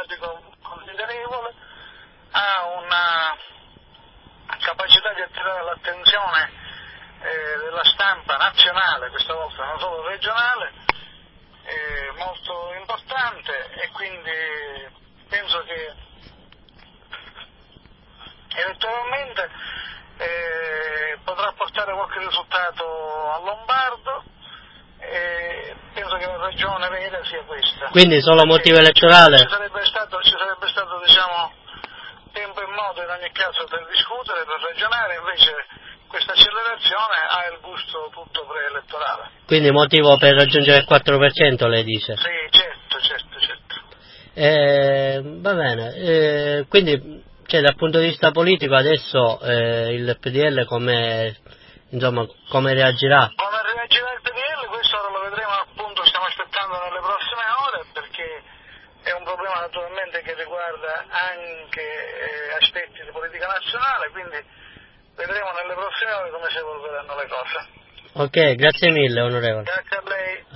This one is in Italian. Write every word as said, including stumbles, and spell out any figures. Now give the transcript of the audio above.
democratico considerevole, ha una capacità di attirare l'attenzione eh, della stampa nazionale, questa volta non solo regionale, eh, molto importante, e quindi penso che elettoralmente eh, potrà portare qualche risultato a Lombardo, e penso che la ragione vera sia questa. Quindi solo motivo elettorale? Ci sarebbe stato, ci sarebbe stato diciamo, tempo e modo in ogni caso per discutere, per ragionare, invece questa accelerazione ha il gusto tutto preelettorale. Quindi motivo per raggiungere il quattro per cento, lei dice? Sì, certo, certo, certo. Eh, va bene, eh, quindi cioè, dal punto di vista politico adesso eh, il P D L come, insomma, come reagirà? Come reagirà il P D L questo ora lo vedremo, appunto stiamo aspettando nelle prossime ore, perché è un problema naturalmente che riguarda anche eh, aspetti di politica nazionale, quindi vedremo nelle prossime ore come si evolveranno le cose. Ok, grazie mille onorevole. Grazie a lei.